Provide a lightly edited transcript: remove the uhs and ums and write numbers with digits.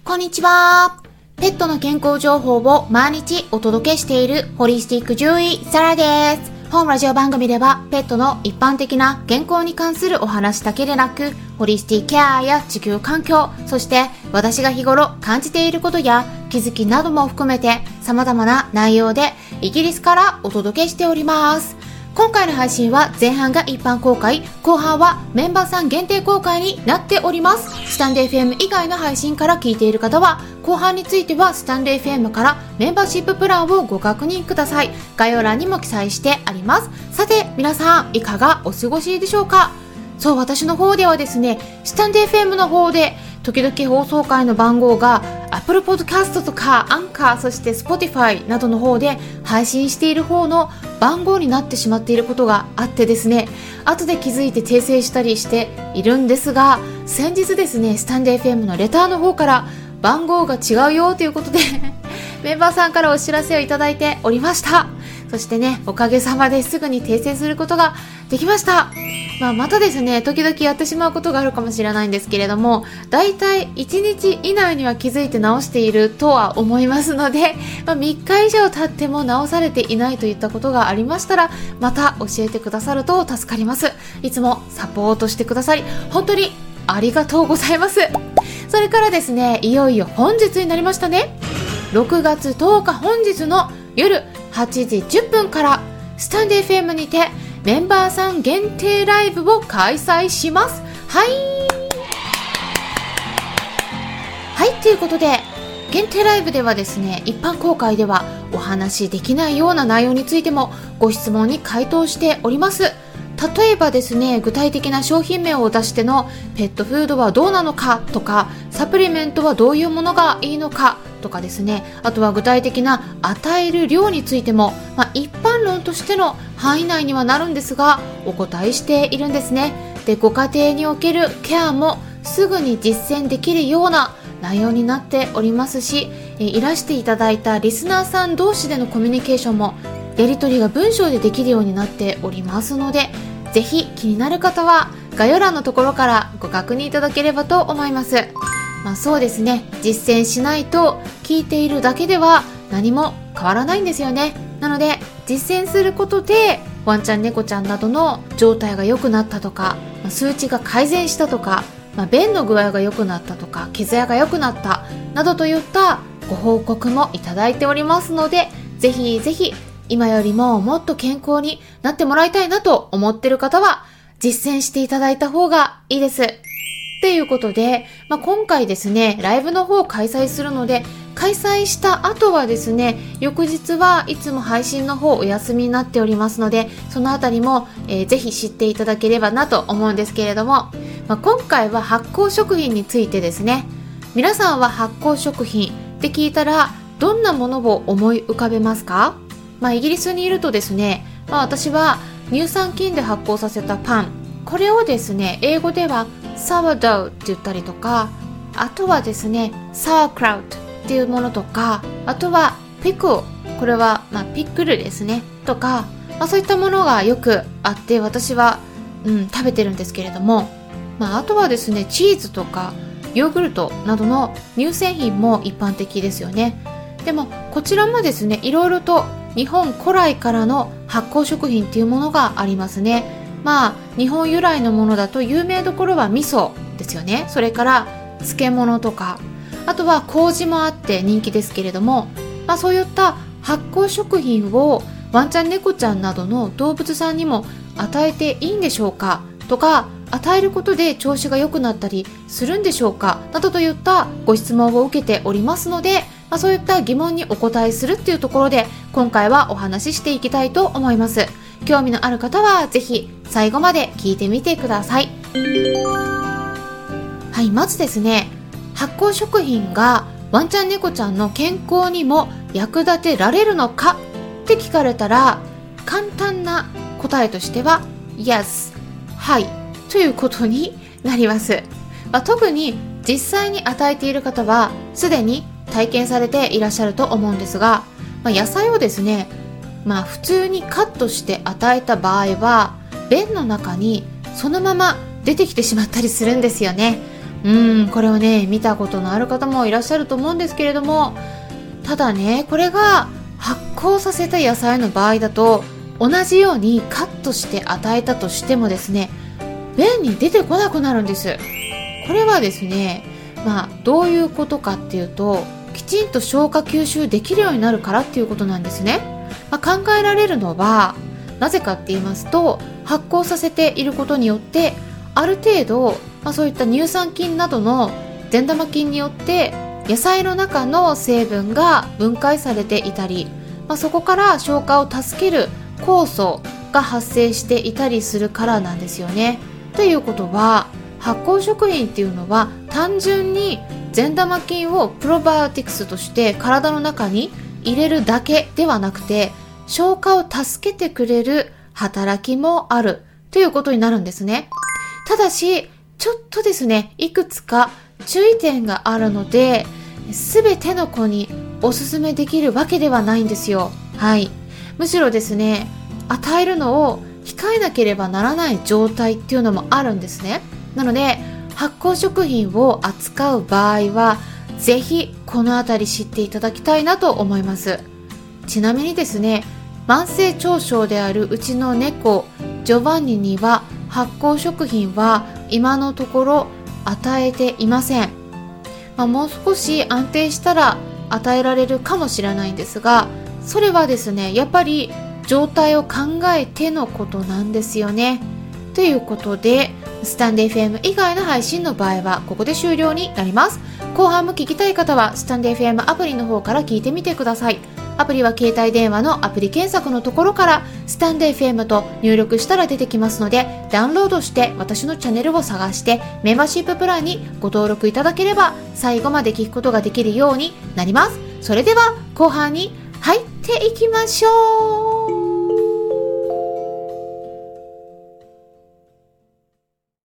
こんにちは。ペットの健康情報を毎日お届けしているホリスティック獣医サラです。本ラジオ番組ではペットの一般的な健康に関するお話だけでなく、ホリスティックケアや地球環境、そして私が日頃感じていることや気づきなども含めて様々な内容でイギリスからお届けしております。今回の配信は前半が一般公開、後半はメンバーさん限定公開になっております。スタンド FM 以外の配信から聞いている方は、後半についてはスタンド FM からメンバーシッププランをご確認ください。概要欄にも記載してあります。さて皆さんいかがお過ごしでしょうか。そう、私の方ではですね、スタンド FM の方で時々放送回の番号が Apple Podcast とか Anchor、 そして Spotify などの方で配信している方の番号になってしまっていることがあってですね、後で気づいて訂正したりしているんですが、先日ですね、スタンド FM のレターの方から番号が違うよということでメンバーさんからお知らせをいただいておりました。そしてね、おかげさまですぐに訂正することができました。またですね、時々やってしまうことがあるかもしれないんですけれども、だいたい1日以内には気づいて直しているとは思いますので、3日以上経っても直されていないといったことがありましたら、また教えてくださると助かります。いつもサポートしてくださり本当にありがとうございます。それからですね、いよいよ本日になりましたね。6月10日本日の夜8時10分からスタンド FM にてメンバーさん限定ライブを開催します。はい、ということで限定ライブではですね、一般公開ではお話しできないような内容についてもご質問に回答しております。例えばですね、具体的な商品名を出してのペットフードはどうなのかとか、サプリメントはどういうものがいいのかとかですね、あとは具体的な与える量についても、一般論としての範囲内にはなるんですがお答えしているんですね。で、ご家庭におけるケアもすぐに実践できるような内容になっておりますし、いらしていただいたリスナーさん同士でのコミュニケーションもやり取りが文章でできるようになっておりますので、ぜひ気になる方は概要欄のところからご確認いただければと思います。そうですね、実践しないと聞いているだけでは何も変わらないんですよね。なので実践することでワンちゃん猫ちゃんなどの状態が良くなったとか、数値が改善したとか、便の具合が良くなったとか、毛艶が良くなったなどといったご報告もいただいておりますので、ぜひぜひ今よりももっと健康になってもらいたいなと思っている方は実践していただいた方がいいです。ということで、今回ですね、ライブの方を開催するので、開催した後はですね、翌日はいつも配信の方お休みになっておりますので、そのあたりも、ぜひ知っていただければなと思うんですけれども、今回は発酵食品についてですね。皆さんは発酵食品って聞いたらどんなものを思い浮かべますか？イギリスにいるとですね、私は乳酸菌で発酵させたパン、これをですね、英語ではサワードーって言ったりとか、あとはですね、サークラウトっていうものとか、あとはピクル、これはピックルですねとか、そういったものがよくあって私は、食べてるんですけれども、あとはですね、チーズとかヨーグルトなどの乳製品も一般的ですよね。でもこちらもですね、いろいろと日本古来からの発酵食品っていうものがありますね。日本由来のものだと有名どころは味噌ですよね。それから漬物とか、あとは麹もあって人気ですけれども、そういった発酵食品をワンちゃん猫ちゃんなどの動物さんにも与えていいんでしょうかとか、与えることで調子が良くなったりするんでしょうかなどといったご質問を受けておりますので、そういった疑問にお答えするっていうところで今回はお話ししていきたいと思います。興味のある方はぜひ最後まで聞いてみてください。はい、まずですね、発酵食品がワンちゃん猫ちゃんの健康にも役立てられるのかって聞かれたら、簡単な答えとしては Yes、 はいということになります。特に実際に与えている方はすでに体験されていらっしゃると思うんですが、野菜をですね、普通にカットして与えた場合は便の中にそのまま出てきてしまったりするんですよね。 これをね見たことのある方もいらっしゃると思うんですけれども、ただねこれが発酵させた野菜の場合だと、同じようにカットして与えたとしてもですね、便に出てこなくなるんです。これはですね、どういうことかっていうと、きちんと消化吸収できるようになるからっていうことなんですね。考えられるのはなぜかって言いますと、発酵させていることによってある程度、そういった乳酸菌などの善玉菌によって野菜の中の成分が分解されていたり、そこから消化を助ける酵素が発生していたりするからなんですよね。ということは、発酵食品っていうのは単純に善玉菌をプロバイオティクスとして体の中に入れるだけではなくて、消化を助けてくれる働きもあるということになるんですね。ただしちょっとですね、いくつか注意点があるので、全ての子におすすめできるわけではないんですよ。むしろですね、与えるのを控えなければならない状態っていうのもあるんですね。なので発酵食品を扱う場合はぜひこのあたり知っていただきたいなと思います。ちなみにですね、慢性腸症であるうちの猫ジョバンニには発酵食品は今のところ与えていません。もう少し安定したら与えられるかもしれないんですが、それはですね、やっぱり状態を考えてのことなんですよね。ということで、スタンデー FM 以外の配信の場合はここで終了になります。後半も聞きたい方はスタンデー FM アプリの方から聞いてみてください。アプリは携帯電話のアプリ検索のところからスタンデー FM と入力したら出てきますので、ダウンロードして私のチャンネルを探してメンバーシッププランにご登録いただければ最後まで聞くことができるようになります。それでは後半に入っていきましょう。